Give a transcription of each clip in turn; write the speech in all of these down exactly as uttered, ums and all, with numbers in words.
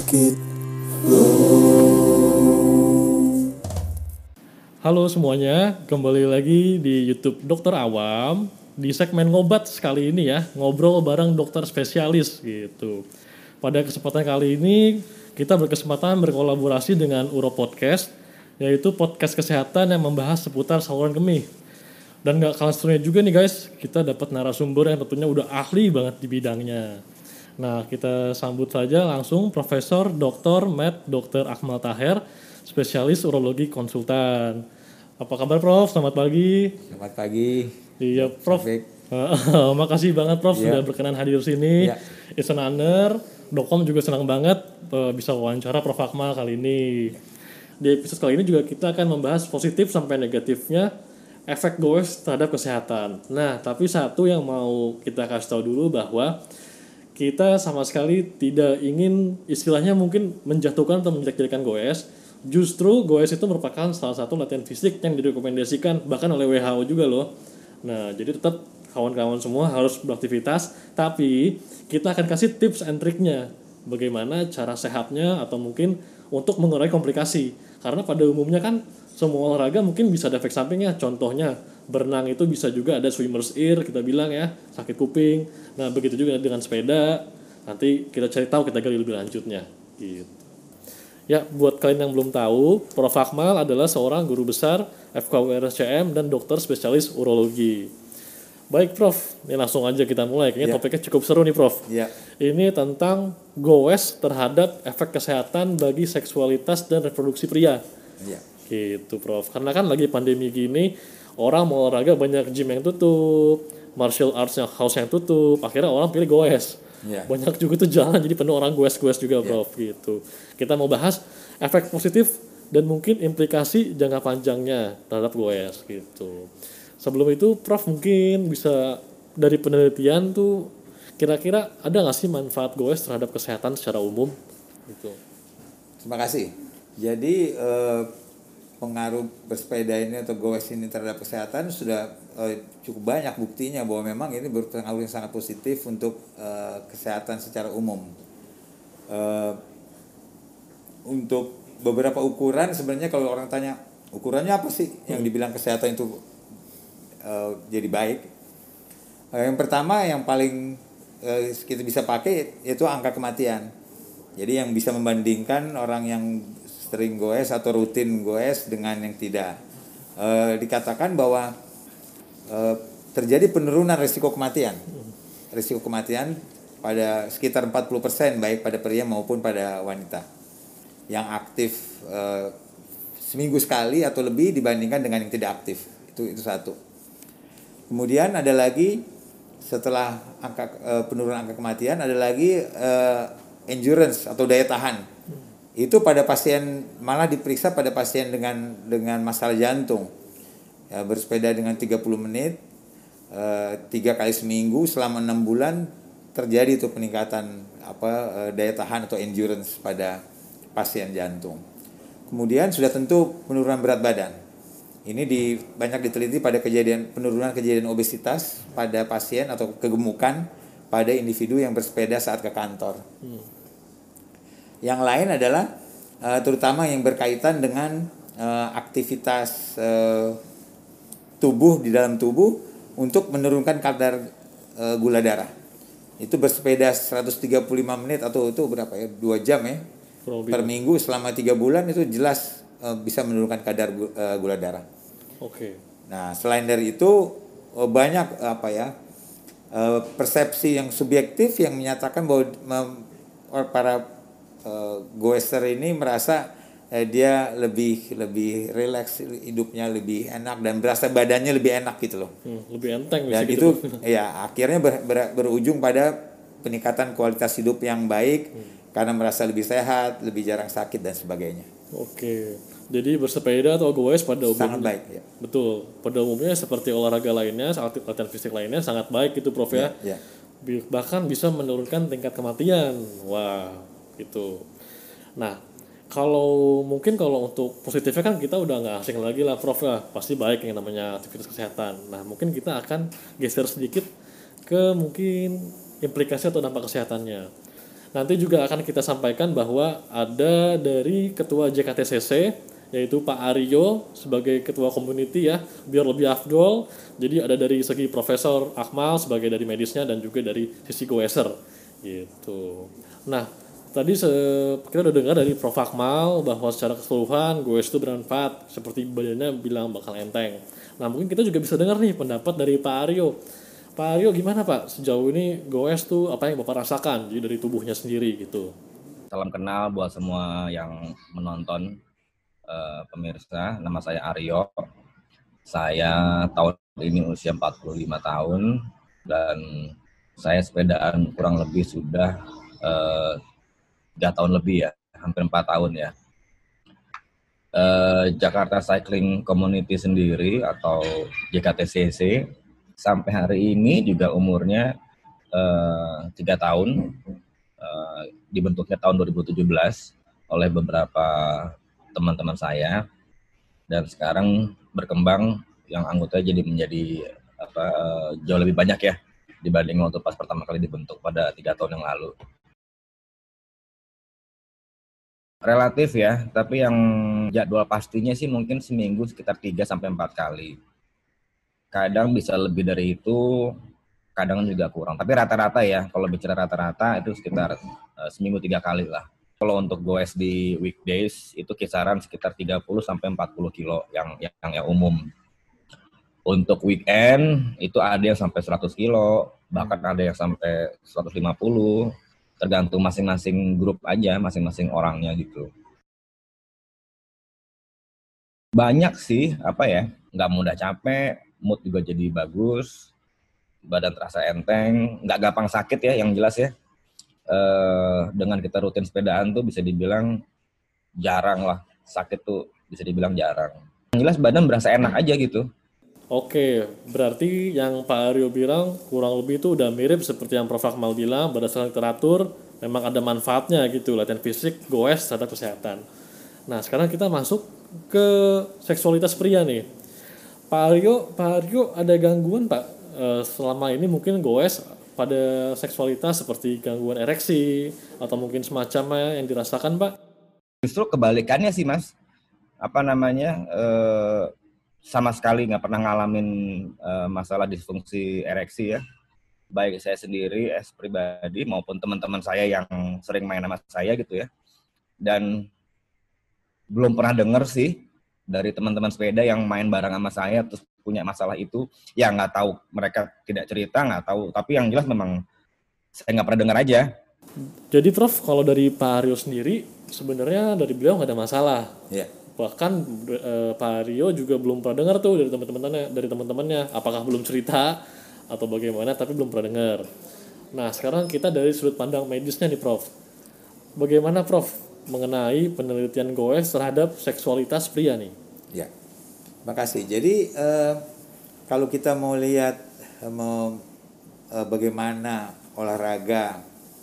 Sakit Flow. Halo semuanya, kembali lagi di YouTube Dokter Awam di segmen ngobat sekali ini ya, ngobrol bareng dokter spesialis gitu. Pada kesempatan kali ini kita berkesempatan berkolaborasi dengan Uro Podcast, yaitu podcast kesehatan yang membahas seputar saluran kemih. Dan gak kalah serunya juga nih guys, kita dapat narasumber yang tentunya udah ahli banget di bidangnya. Nah, kita sambut saja langsung Profesor Doktor Med Dokter Akmal Taher, spesialis urologi konsultan. Apa kabar Prof? Selamat pagi. Selamat pagi. Iya Prof. Makasih banget Prof ya. Sudah berkenan hadir sini. Ya. It's an honor. Dokom juga senang banget bisa wawancara Prof Akmal kali ini. Di episode kali ini juga kita akan membahas positif sampai negatifnya efek goes terhadap kesehatan. Nah, tapi satu yang mau kita kasih tahu dulu bahwa kita sama sekali tidak ingin istilahnya mungkin menjatuhkan atau menjelek-jelekan goes. Justru goes itu merupakan salah satu latihan fisik yang direkomendasikan bahkan oleh W H O juga loh. Nah, jadi tetap kawan-kawan semua harus beraktivitas, tapi kita akan kasih tips and triknya bagaimana cara sehatnya atau mungkin untuk mengurangi komplikasi. Karena pada umumnya kan semua olahraga mungkin bisa ada efek sampingnya. Contohnya berenang itu bisa juga ada swimmer's ear kita bilang ya, sakit kuping. Nah begitu juga dengan sepeda. Nanti kita cari tahu, kita gali lebih lanjutnya gitu. Ya buat kalian yang belum tahu, Prof Akmal adalah seorang guru besar F K U R S C M dan dokter spesialis urologi. Baik Prof, ini langsung aja kita mulai. Kayaknya ya. Topiknya cukup seru nih Prof. Ya. Ini tentang goes terhadap efek kesehatan bagi seksualitas dan reproduksi pria. Ya. Gitu Prof. Karena kan lagi pandemi gini, orang mau olahraga banyak gym yang tutup, martial arts yang house yang tutup, akhirnya orang pilih goes. Yeah. Banyak juga tuh jalan jadi penuh orang goes-goes juga Prof. Yeah. Gitu. Kita mau bahas efek positif dan mungkin implikasi jangka panjangnya terhadap goes gitu. Sebelum itu Prof mungkin bisa dari penelitian tuh kira-kira ada nggak sih manfaat goes terhadap kesehatan secara umum gitu. Terima kasih. Jadi eh, pengaruh bersepeda ini atau goes ini terhadap kesehatan sudah uh, cukup banyak buktinya bahwa memang ini berpengaruh yang sangat positif untuk uh, kesehatan secara umum. Uh, untuk beberapa ukuran sebenarnya kalau orang tanya ukurannya apa sih yang dibilang kesehatan itu uh, jadi baik. Uh, yang pertama yang paling uh, kita bisa pakai yaitu angka kematian. Jadi yang bisa membandingkan orang yang sering goes atau rutin goes dengan yang tidak. E, dikatakan bahwa e, terjadi penurunan risiko kematian. Risiko kematian pada sekitar empat puluh persen baik pada pria maupun pada wanita. Yang aktif e, seminggu sekali atau lebih dibandingkan dengan yang tidak aktif. Itu itu satu. Kemudian ada lagi setelah angka e, penurunan angka kematian ada lagi e, endurance atau daya tahan. Itu pada pasien malah diperiksa pada pasien dengan dengan masalah jantung ya, bersepeda dengan tiga puluh menit e, tiga kali seminggu selama enam bulan terjadi itu peningkatan apa e, daya tahan atau endurance pada pasien jantung. Kemudian sudah tentu penurunan berat badan. Ini di, banyak diteliti pada kejadian penurunan kejadian obesitas pada pasien atau kegemukan pada individu yang bersepeda saat ke kantor. Hmm. Yang lain adalah uh, terutama yang berkaitan dengan uh, aktivitas uh, tubuh di dalam tubuh untuk menurunkan kadar uh, gula darah. Itu bersepeda seratus tiga puluh lima menit atau itu berapa ya? dua jam ya. Probably. Per minggu selama tiga bulan itu jelas uh, bisa menurunkan kadar uh, gula darah. Oke. Okay. Nah, selain dari itu uh, banyak uh, apa ya? Uh, persepsi yang subjektif yang menyatakan bahwa uh, para Uh, goeser ini merasa uh, dia lebih lebih rileks hidupnya, lebih enak dan berasa badannya lebih enak gitu loh. Hmm, lebih enteng. Dan itu gitu. Ya akhirnya ber, ber, berujung pada peningkatan kualitas hidup yang baik hmm. karena merasa lebih sehat, lebih jarang sakit dan sebagainya. Oke. Jadi bersepeda atau goes pada umumnya sangat baik ya. Betul. Pada umumnya seperti olahraga lainnya, latihan fisik lainnya sangat baik itu Prof ya. Ya, ya. Bahkan bisa menurunkan tingkat kematian. Wah. Gitu. Nah, kalau mungkin kalau untuk positifnya kan kita udah nggak asing lagi lah Prof ya, pasti baik yang namanya aktivitas kesehatan. Nah, mungkin kita akan geser sedikit ke mungkin implikasi atau dampak kesehatannya. Nanti juga akan kita sampaikan bahwa ada dari Ketua J K T C C, yaitu Pak Aryo sebagai Ketua Community ya, biar lebih afdol. Jadi ada dari segi Profesor Akmal sebagai dari medisnya dan juga dari sisi goeser gitu. Nah, tadi se- kita udah dengar dari Prof Akmal bahwa secara keseluruhan goes itu bermanfaat, seperti badannya bilang bakal enteng. Nah, mungkin kita juga bisa dengar nih pendapat dari Pak Aryo. Pak Aryo gimana Pak? Sejauh ini goes tuh apa yang Bapak rasakan jadi dari tubuhnya sendiri gitu? Salam kenal buat semua yang menonton, uh, pemirsa. Nama saya Aryo. Saya tahun ini usia empat puluh lima tahun dan saya sepedaan kurang lebih sudah uh, tiga tahun lebih ya, hampir empat tahun ya. Uh, Jakarta Cycling Community sendiri atau J K T C C sampai hari ini juga umurnya uh, tiga tahun, uh, dibentuknya tahun dua ribu tujuh belas oleh beberapa teman-teman saya dan sekarang berkembang yang anggotanya jadi menjadi apa, uh, jauh lebih banyak ya dibanding waktu pas pertama kali dibentuk pada tiga tahun yang lalu. Relatif ya, tapi yang jadwal pastinya sih mungkin seminggu sekitar tiga sampai empat kali. Kadang bisa lebih dari itu, kadang juga kurang. Tapi rata-rata ya, kalau bicara rata-rata itu sekitar uh, seminggu tiga kali lah. Kalau untuk goes di weekdays itu kisaran sekitar tiga puluh sampai empat puluh kilo yang yang, yang umum. Untuk weekend itu ada yang sampai seratus kilo, bahkan ada yang sampai seratus lima puluh. Tergantung masing-masing grup aja, masing-masing orangnya gitu. Banyak sih, apa ya, nggak mudah capek, mood juga jadi bagus, badan terasa enteng, nggak gampang sakit ya, yang jelas ya. E, dengan kita rutin sepedaan tuh bisa dibilang jarang lah, sakit tuh bisa dibilang jarang. Yang jelas badan berasa enak aja gitu. Oke, berarti yang Pak Aryo bilang kurang lebih itu udah mirip seperti yang Prof Akmal bilang, berdasarkan literatur memang ada manfaatnya gitu, latihan fisik, goes, serta kesehatan. Nah, sekarang kita masuk ke seksualitas pria nih. Pak Aryo, Pak Aryo ada gangguan Pak e, selama ini mungkin goes pada seksualitas seperti gangguan ereksi atau mungkin semacamnya yang dirasakan Pak? Justru kebalikannya sih Mas, apa namanya, eh, sama sekali nggak pernah ngalamin uh, masalah disfungsi ereksi ya, baik saya sendiri as pribadi maupun teman-teman saya yang sering main sama saya gitu ya, dan belum pernah dengar sih dari teman-teman sepeda yang main bareng sama saya terus punya masalah itu. Ya nggak tahu, mereka tidak cerita, nggak tahu, tapi yang jelas memang saya nggak pernah dengar aja. Jadi Prof, kalau dari Pak Aryo sendiri sebenarnya dari beliau nggak ada masalah. Yeah. Bahkan eh, Pak Rio juga belum pernah dengar tuh dari teman-temannya, dari teman-temannya, apakah belum cerita atau bagaimana, tapi belum pernah dengar. Nah, sekarang kita dari sudut pandang medisnya nih, Prof. Bagaimana, Prof, mengenai penelitian goes terhadap seksualitas pria nih? Ya, makasih. Jadi eh, kalau kita mau lihat eh, mau eh, bagaimana olahraga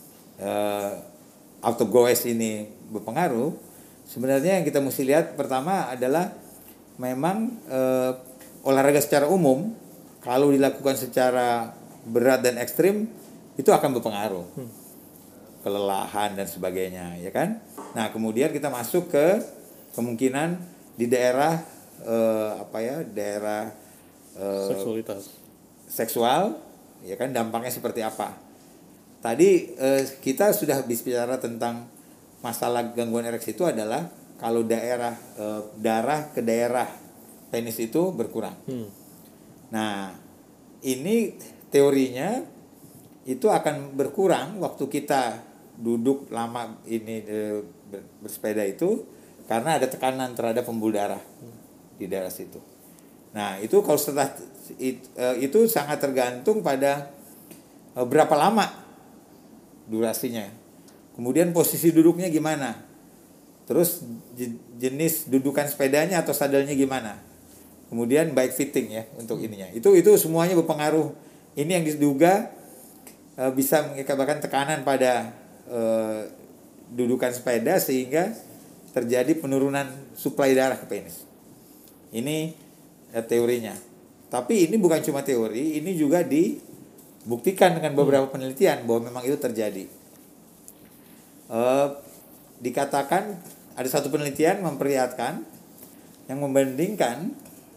eh, auto goes ini berpengaruh. Sebenarnya yang kita mesti lihat pertama adalah memang eh, olahraga secara umum kalau dilakukan secara berat dan ekstrim itu akan berpengaruh, hmm. kelelahan dan sebagainya, ya kan? Nah kemudian kita masuk ke kemungkinan di daerah eh, apa ya daerah eh, seksualitas seksual, ya kan, dampaknya seperti apa? Tadi eh, kita sudah bicara tentang masalah gangguan ereksi itu adalah kalau daerah e, darah ke daerah penis itu berkurang. Hmm. Nah, ini teorinya itu akan berkurang waktu kita duduk lama ini e, bersepeda itu karena ada tekanan terhadap pembuluh darah di daerah situ. Nah, itu kalau setelah it, e, itu sangat tergantung pada e, berapa lama durasinya. Kemudian posisi duduknya gimana? Terus jenis dudukan sepedanya atau sadelnya gimana? Kemudian bike fitting ya untuk ininya. Itu itu semuanya berpengaruh. Ini yang diduga e, bisa mengakibatkan tekanan pada e, dudukan sepeda sehingga terjadi penurunan suplai darah ke penis. Ini e, teorinya. Tapi ini bukan cuma teori, ini juga dibuktikan dengan beberapa penelitian bahwa memang itu terjadi. uh, dikatakan ada satu penelitian memperlihatkan yang membandingkan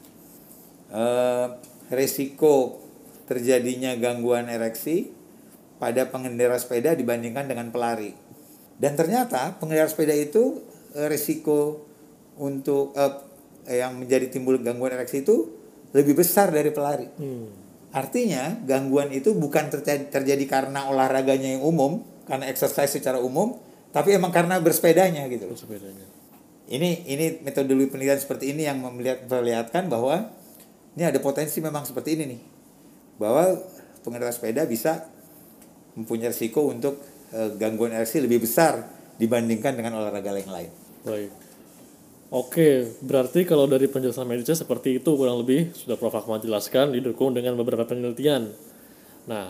uh, resiko terjadinya gangguan ereksi pada pengendara sepeda dibandingkan dengan pelari. Dan ternyata pengendara sepeda itu uh, resiko untuk uh, yang menjadi timbul gangguan ereksi itu lebih besar dari pelari. Hmm. Artinya gangguan itu bukan terjadi, terjadi karena olahraganya yang umum, karena exercise secara umum, tapi emang karena bersepedanya gitu. Bersepedanya. Ini ini metodologi penelitian seperti ini yang memperlihatkan bahwa ini ada potensi memang seperti ini nih, bahwa pengendara sepeda bisa mempunyai risiko untuk uh, gangguan ereksi lebih besar dibandingkan dengan olahraga yang lain. Baik. Oke, berarti kalau dari penjelasan medisnya seperti itu kurang lebih sudah Prof Akmal jelaskan, didukung dengan beberapa penelitian. Nah,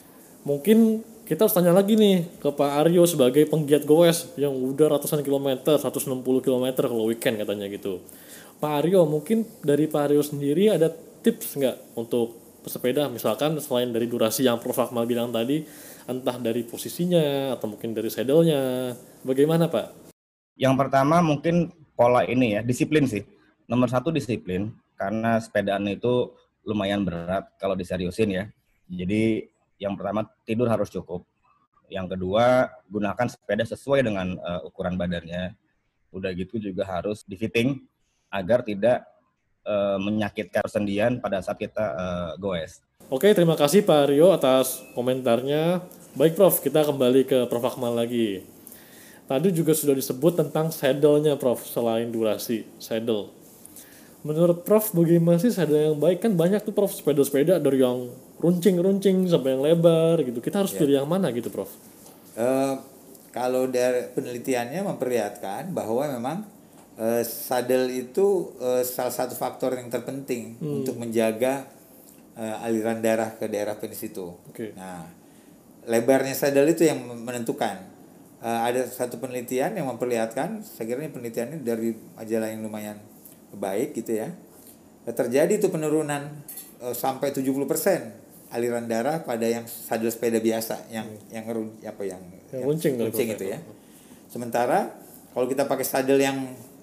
mungkin kita harus tanya lagi nih ke Pak Aryo sebagai penggiat goes yang udah ratusan kilometer, seratus enam puluh kilometer kalau weekend katanya gitu. Pak Aryo, mungkin dari Pak Aryo sendiri ada tips nggak untuk bersepeda, misalkan selain dari durasi yang Prof Akmal bilang tadi, entah dari posisinya atau mungkin dari saddle-nya, bagaimana Pak? Yang pertama mungkin pola ini ya, disiplin sih. Nomor satu disiplin, karena sepedaan itu lumayan berat kalau diseriusin ya. Jadi yang pertama tidur harus cukup. Yang kedua gunakan sepeda sesuai dengan uh, ukuran badannya. Udah gitu juga harus di-fitting agar tidak uh, menyakitkan persendian pada saat kita uh, goes. Oke, terima kasih Pak Aryo atas komentarnya. Baik Prof, kita kembali ke Prof Akmal lagi. Tadi juga sudah disebut tentang saddle-nya Prof, selain durasi, saddle. Menurut Prof, bagaimana sih saddle yang baik? Kan banyak tuh Prof, sepeda-sepeda dari yang runcing-runcing sampai yang lebar gitu. Kita harus ya. pilih yang mana gitu Prof? Uh, kalau dari penelitiannya memperlihatkan bahwa memang uh, saddle itu uh, salah satu faktor yang terpenting hmm. untuk menjaga uh, aliran darah ke daerah penis itu. Okay. Nah, lebarnya saddle itu yang menentukan. Uh, ada satu penelitian yang memperlihatkan, saya kira ini penelitian ini dari majalah yang lumayan baik gitu ya. Terjadi itu penurunan uh, sampai tujuh puluh persen aliran darah pada yang saddle sepeda biasa, yang hmm. yang apa yang yang runcing, yang runcing itu ya. Sementara kalau kita pakai saddle yang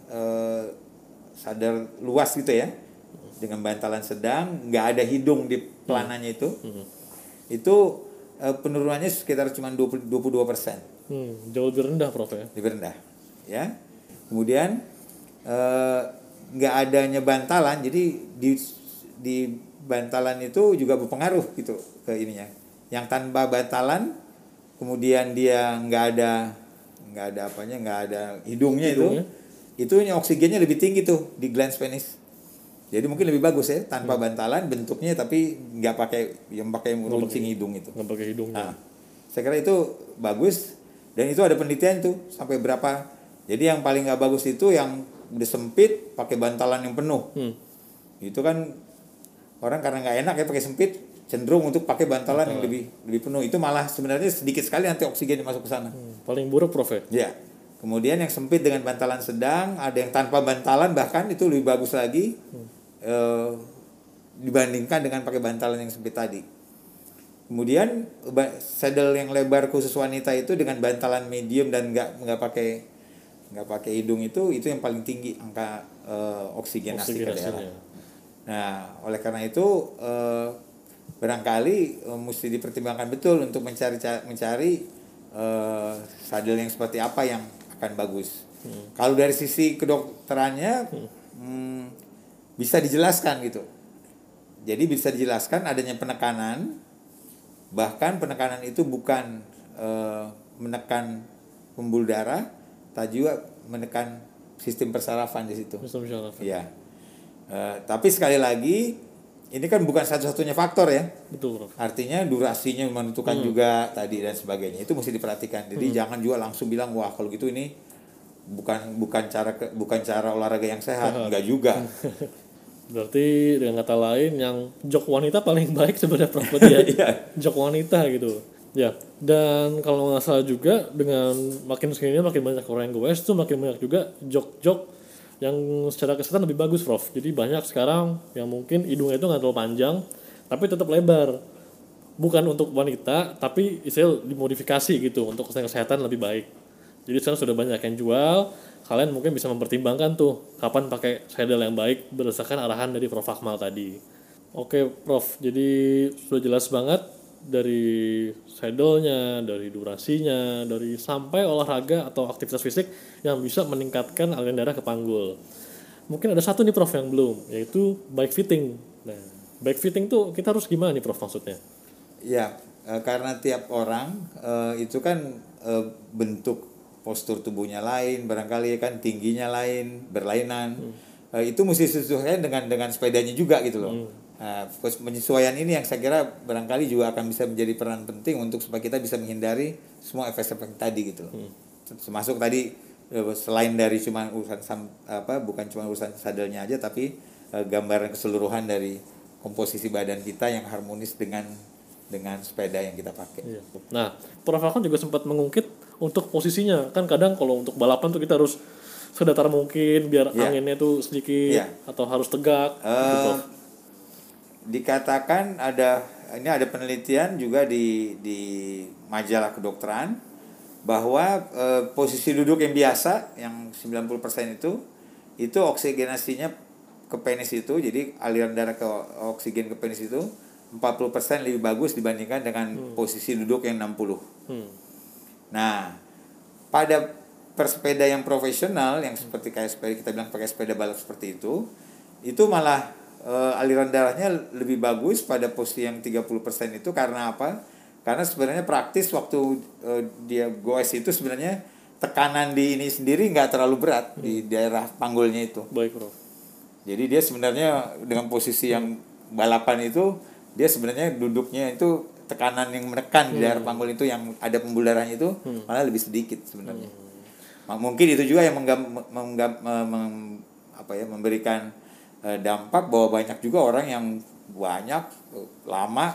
uh, saddle luas gitu ya, dengan bantalan sedang, nggak ada hidung di pelananya itu, hmm. itu uh, penurunannya sekitar cuma dua puluh dua persen. Hmm, jauh lebih rendah Prof ya? Lebih rendah, ya. Kemudian nggak uh, adanya bantalan, jadi di di bantalan itu juga berpengaruh gitu ke ininya. Yang tanpa bantalan, kemudian dia nggak ada nggak ada apanya, nggak ada hidungnya, hidungnya itu, itu oksigennya lebih tinggi tuh di glans penis. Jadi mungkin lebih bagus ya tanpa hmm. bantalan bentuknya, tapi nggak pakai yang pakai runcing hidung itu. Nggak pakai hidungnya. Nah, saya kira itu bagus. Dan itu ada penelitian tuh sampai berapa. Jadi yang paling nggak bagus itu yang udah sempit pakai bantalan yang penuh. Hmm. Itu kan orang karena nggak enak ya pakai sempit, cenderung untuk pakai bantalan hmm. yang lebih lebih penuh. Itu malah sebenarnya sedikit sekali nanti oksigen masuk ke sana. Hmm. Paling buruk Prof ya? Ya. Kemudian yang sempit dengan bantalan sedang, ada yang tanpa bantalan bahkan itu lebih bagus lagi hmm. eh, dibandingkan dengan pakai bantalan yang sempit tadi. Kemudian saddle yang lebar khusus wanita itu dengan bantalan medium dan nggak nggak pakai nggak pakai hidung itu itu yang paling tinggi angka uh, oksigenasi ke daerah. Nah, oleh karena itu uh, barangkali uh, mesti dipertimbangkan betul untuk mencari mencari uh, saddle yang seperti apa yang akan bagus. Hmm. Kalau dari sisi kedokterannya hmm. Hmm, bisa dijelaskan gitu. Jadi bisa dijelaskan adanya penekanan. Bahkan penekanan itu bukan e, menekan pembuluh darah, tapi juga menekan sistem persarafan di situ. Sistem persarafan. Ya. E, tapi sekali lagi ini kan bukan satu-satunya faktor ya. Betul, Prof. Artinya durasinya menentukan hmm. juga tadi dan sebagainya. Itu mesti diperhatikan. Jadi hmm. jangan juga langsung bilang wah kalau gitu ini bukan bukan cara bukan cara olahraga yang sehat. Sehat. Enggak juga. Berarti dengan kata lain yang jok wanita paling baik sebenarnya Prof ya. Jok wanita gitu. Ya, dan kalau nggak salah juga dengan makin sini makin banyak orang yang goes tuh makin banyak juga jok-jok yang secara kesehatan lebih bagus Prof. Jadi banyak sekarang yang mungkin hidungnya itu nggak terlalu panjang tapi tetap lebar. Bukan untuk wanita tapi istilah dimodifikasi gitu untuk kesehatan lebih baik. Jadi sekarang sudah banyak yang jual, kalian mungkin bisa mempertimbangkan tuh kapan pakai saddle yang baik berdasarkan arahan dari Prof Akmal tadi. Oke Prof, jadi sudah jelas banget dari saddle-nya, dari durasinya, dari sampai olahraga atau aktivitas fisik yang bisa meningkatkan aliran darah ke panggul. Mungkin ada satu nih Prof yang belum, yaitu bike fitting. Nah, bike fitting tuh kita harus gimana nih Prof maksudnya? Ya, e, karena tiap orang e, itu kan e, bentuk postur tubuhnya lain, barangkali kan tingginya lain, berlainan. Hmm. E, itu mesti sesuaikan dengan dengan sepedanya juga gitu loh. Hmm. Nah, penyesuaian ini yang saya kira barangkali juga akan bisa menjadi peran penting untuk supaya kita bisa menghindari semua efek-efek tadi gitu loh. Hmm. Termasuk tadi selain dari cuma urusan apa bukan cuma urusan sadelnya aja, tapi e, gambaran keseluruhan dari komposisi badan kita yang harmonis dengan dengan sepeda yang kita pakai. Iya. Nah, Prof Akmal juga sempat mengungkit untuk posisinya. Kan kadang kalau untuk balapan tuh kita harus sedatar mungkin biar yeah. anginnya tuh sedikit yeah. atau harus tegak. Uh, gitu. Dikatakan ada ini ada penelitian juga di di majalah kedokteran bahwa uh, posisi duduk yang biasa yang sembilan puluh persen itu itu oksigenasinya ke penis itu, jadi aliran darah ke oksigen ke penis itu empat puluh persen lebih bagus dibandingkan dengan hmm. posisi duduk yang enam puluh. Hmm. Nah, pada persepeda yang profesional yang seperti kayak sepeda kita bilang pakai sepeda balap seperti itu, itu malah e, aliran darahnya lebih bagus pada posisi yang tiga puluh persen itu karena apa? Karena sebenarnya praktis waktu e, dia goes itu sebenarnya tekanan di ini sendiri nggak terlalu berat hmm. di daerah panggulnya itu. Baik, Bro. Jadi dia sebenarnya dengan posisi yang balapan itu dia sebenarnya duduknya itu tekanan yang menekan hmm. di daerah panggul itu yang ada pembuluh darahnya itu hmm. malah lebih sedikit sebenarnya. Hmm. Mungkin itu juga yang menggam, menggam, mem, apa ya memberikan uh, dampak bahwa banyak juga orang yang banyak uh, lama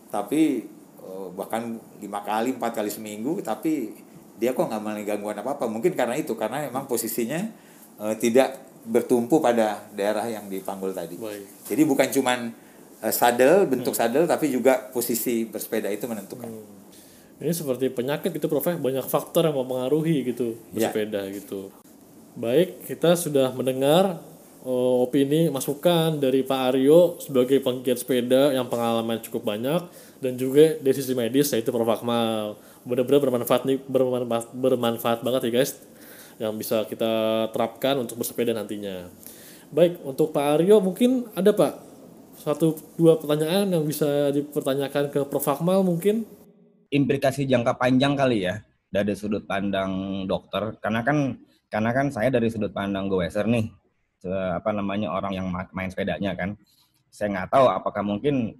tapi uh, bahkan lima kali empat kali seminggu tapi dia kok nggak mengalami gangguan apa apa. Mungkin karena itu karena memang posisinya uh, tidak bertumpu pada daerah yang di panggul tadi. Baik. Jadi bukan cuman saddle, bentuk hmm. saddle, tapi juga posisi bersepeda itu menentukan. Hmm. Ini seperti penyakit gitu Prof, banyak faktor yang mempengaruhi gitu bersepeda ya. Gitu. Baik, kita sudah mendengar oh, opini masukan dari Pak Aryo sebagai penggiat sepeda yang pengalaman cukup banyak dan juga dari sisi medis yaitu Prof Akmal. Benar-benar bermanfaat nih, bermanfaat, bermanfaat banget ya guys, yang bisa kita terapkan untuk bersepeda nantinya. Baik, untuk Pak Aryo mungkin ada Pak satu dua pertanyaan yang bisa dipertanyakan ke Prof Akmal mungkin? Implikasi jangka panjang kali ya dari sudut pandang dokter, karena kan karena kan saya dari sudut pandang goeser nih, apa namanya orang yang main sepedanya kan, saya nggak tahu apakah mungkin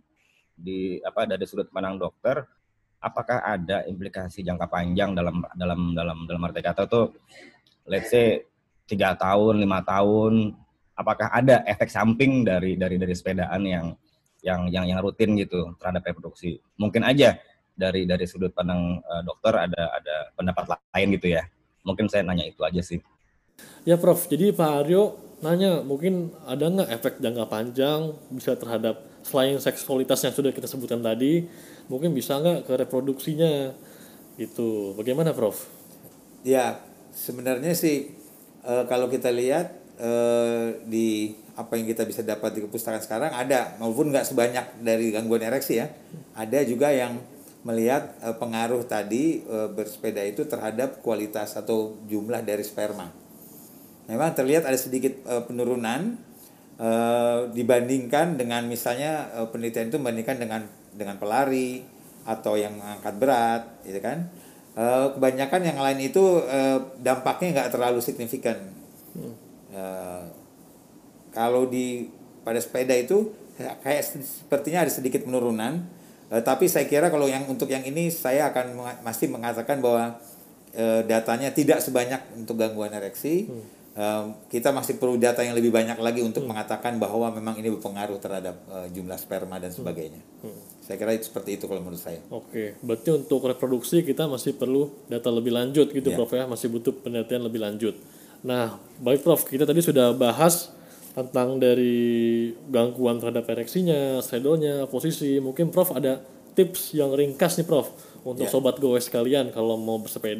di apa dari sudut pandang dokter, apakah ada implikasi jangka panjang dalam dalam dalam dalam arti kata tuh, let's say tiga tahun lima tahun. Apakah ada efek samping dari dari dari sepedaan yang yang yang yang rutin gitu terhadap reproduksi? Mungkin aja dari dari sudut pandang uh, dokter ada ada pendapat lain gitu ya. Mungkin saya nanya itu aja sih. Ya Prof, jadi Pak Aryo nanya mungkin ada nggak efek jangka panjang bisa terhadap selain seksualitas yang sudah kita sebutkan tadi, mungkin bisa nggak ke reproduksinya itu? Bagaimana Prof? Ya sebenarnya sih e, kalau kita lihat Uh, di apa yang kita bisa dapat di kepustakaan sekarang ada, maupun nggak sebanyak dari gangguan ereksi ya, ada juga yang melihat uh, pengaruh tadi uh, bersepeda itu terhadap kualitas atau jumlah dari sperma. Memang terlihat ada sedikit uh, penurunan uh, dibandingkan dengan misalnya uh, penelitian itu membandingkan dengan dengan pelari atau yang angkat berat, gitu kan. Uh, kebanyakan yang lain itu uh, dampaknya nggak terlalu signifikan. Hmm. Uh, kalau di pada sepeda itu kayak sepertinya ada sedikit penurunan, uh, tapi saya kira kalau yang untuk yang ini saya akan meng- masih mengatakan bahwa uh, datanya tidak sebanyak untuk gangguan ereksi. Hmm. Uh, kita masih perlu data yang lebih banyak lagi untuk hmm. mengatakan bahwa memang ini berpengaruh terhadap uh, jumlah sperma dan sebagainya. Hmm. Hmm. Saya kira itu seperti itu kalau menurut saya. Oke, berarti untuk reproduksi kita masih perlu data lebih lanjut gitu, yeah. Prof ya, masih butuh penelitian lebih lanjut. Nah, baik Prof, kita tadi sudah bahas tentang dari gangguan terhadap ereksinya, saddle-nya, posisi. Mungkin Prof ada tips yang ringkas nih Prof untuk yeah. sobat goes sekalian kalau mau bersepeda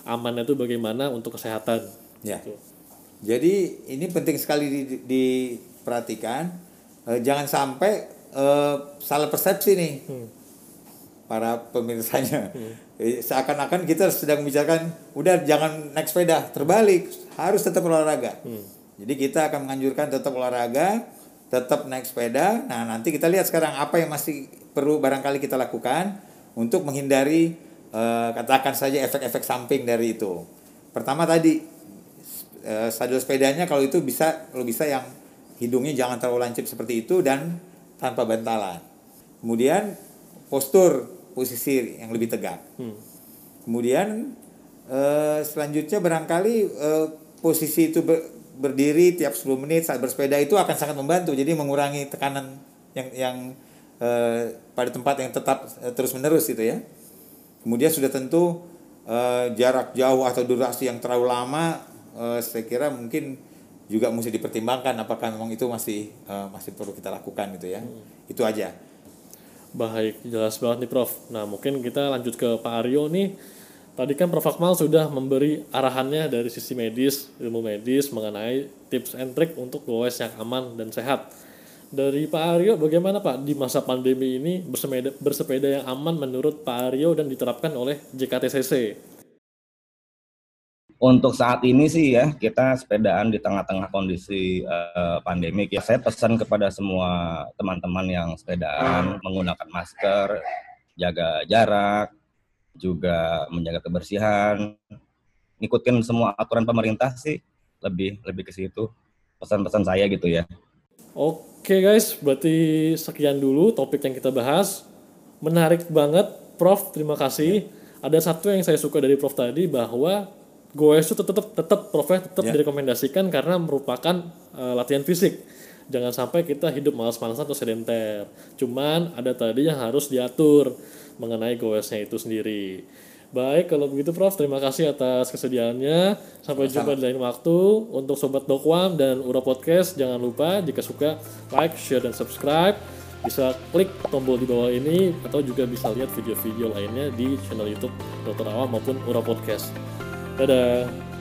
amannya itu bagaimana untuk kesehatan. Ya. Gitu. Jadi ini penting sekali di, diperhatikan, e, jangan sampai e, salah persepsi nih hmm. para pemirsanya. Hmm. E, seakan-akan kita sedang membicarakan, udah jangan naik sepeda, terbalik, harus tetap olahraga. Hmm. Jadi kita akan menganjurkan tetap olahraga, tetap naik sepeda. Nah nanti kita lihat sekarang apa yang masih perlu barangkali kita lakukan untuk menghindari e, katakan saja efek-efek samping dari itu. Pertama tadi, sadel sepedanya kalau itu bisa kalau bisa yang hidungnya jangan terlalu lancip seperti itu dan tanpa bantalan. Kemudian postur posisi yang lebih tegak. Hmm. Kemudian eh, selanjutnya barangkali eh, posisi itu ber, berdiri tiap sepuluh menit saat bersepeda itu akan sangat membantu. Jadi mengurangi tekanan yang yang eh, pada tempat yang tetap eh, terus menerus gitu ya. Kemudian sudah tentu eh, jarak jauh atau durasi yang terlalu lama, Uh, saya kira mungkin juga mesti dipertimbangkan apakah memang itu masih uh, masih perlu kita lakukan gitu ya. Hmm. Itu aja. Baik, jelas banget nih Prof. Nah mungkin kita lanjut ke Pak Aryo nih. Tadi kan Prof Akmal sudah memberi arahannya dari sisi medis, ilmu medis mengenai tips and trick untuk goes yang aman dan sehat. Dari Pak Aryo bagaimana Pak di masa pandemi ini bersepeda, bersepeda yang aman menurut Pak Aryo dan diterapkan oleh J K T C C? Untuk saat ini sih ya, kita sepedaan di tengah-tengah kondisi uh, pandemik ya. Saya pesan kepada semua teman-teman yang sepedaan menggunakan masker, jaga jarak, juga menjaga kebersihan, ngikutin semua aturan pemerintah sih, lebih lebih ke situ pesan-pesan saya gitu ya. Oke guys, berarti sekian dulu topik yang kita bahas. Menarik banget, Prof. Terima kasih. Ada satu yang saya suka dari Prof tadi bahwa goes itu tetap tetap Prof tetap yeah. direkomendasikan karena merupakan uh, latihan fisik. Jangan sampai kita hidup malas-malasan atau sedenter. Cuman ada tadi yang harus diatur mengenai goesnya itu sendiri. Baik, kalau begitu Prof, terima kasih atas kesediaannya. Sampai Sama-sama. jumpa di lain waktu. Untuk Sobat Dokwam dan Ura Podcast, jangan lupa jika suka like, share, dan subscribe. Bisa klik tombol di bawah ini atau juga bisa lihat video-video lainnya di channel YouTube Dokter Awam maupun Ura Podcast. Dadah.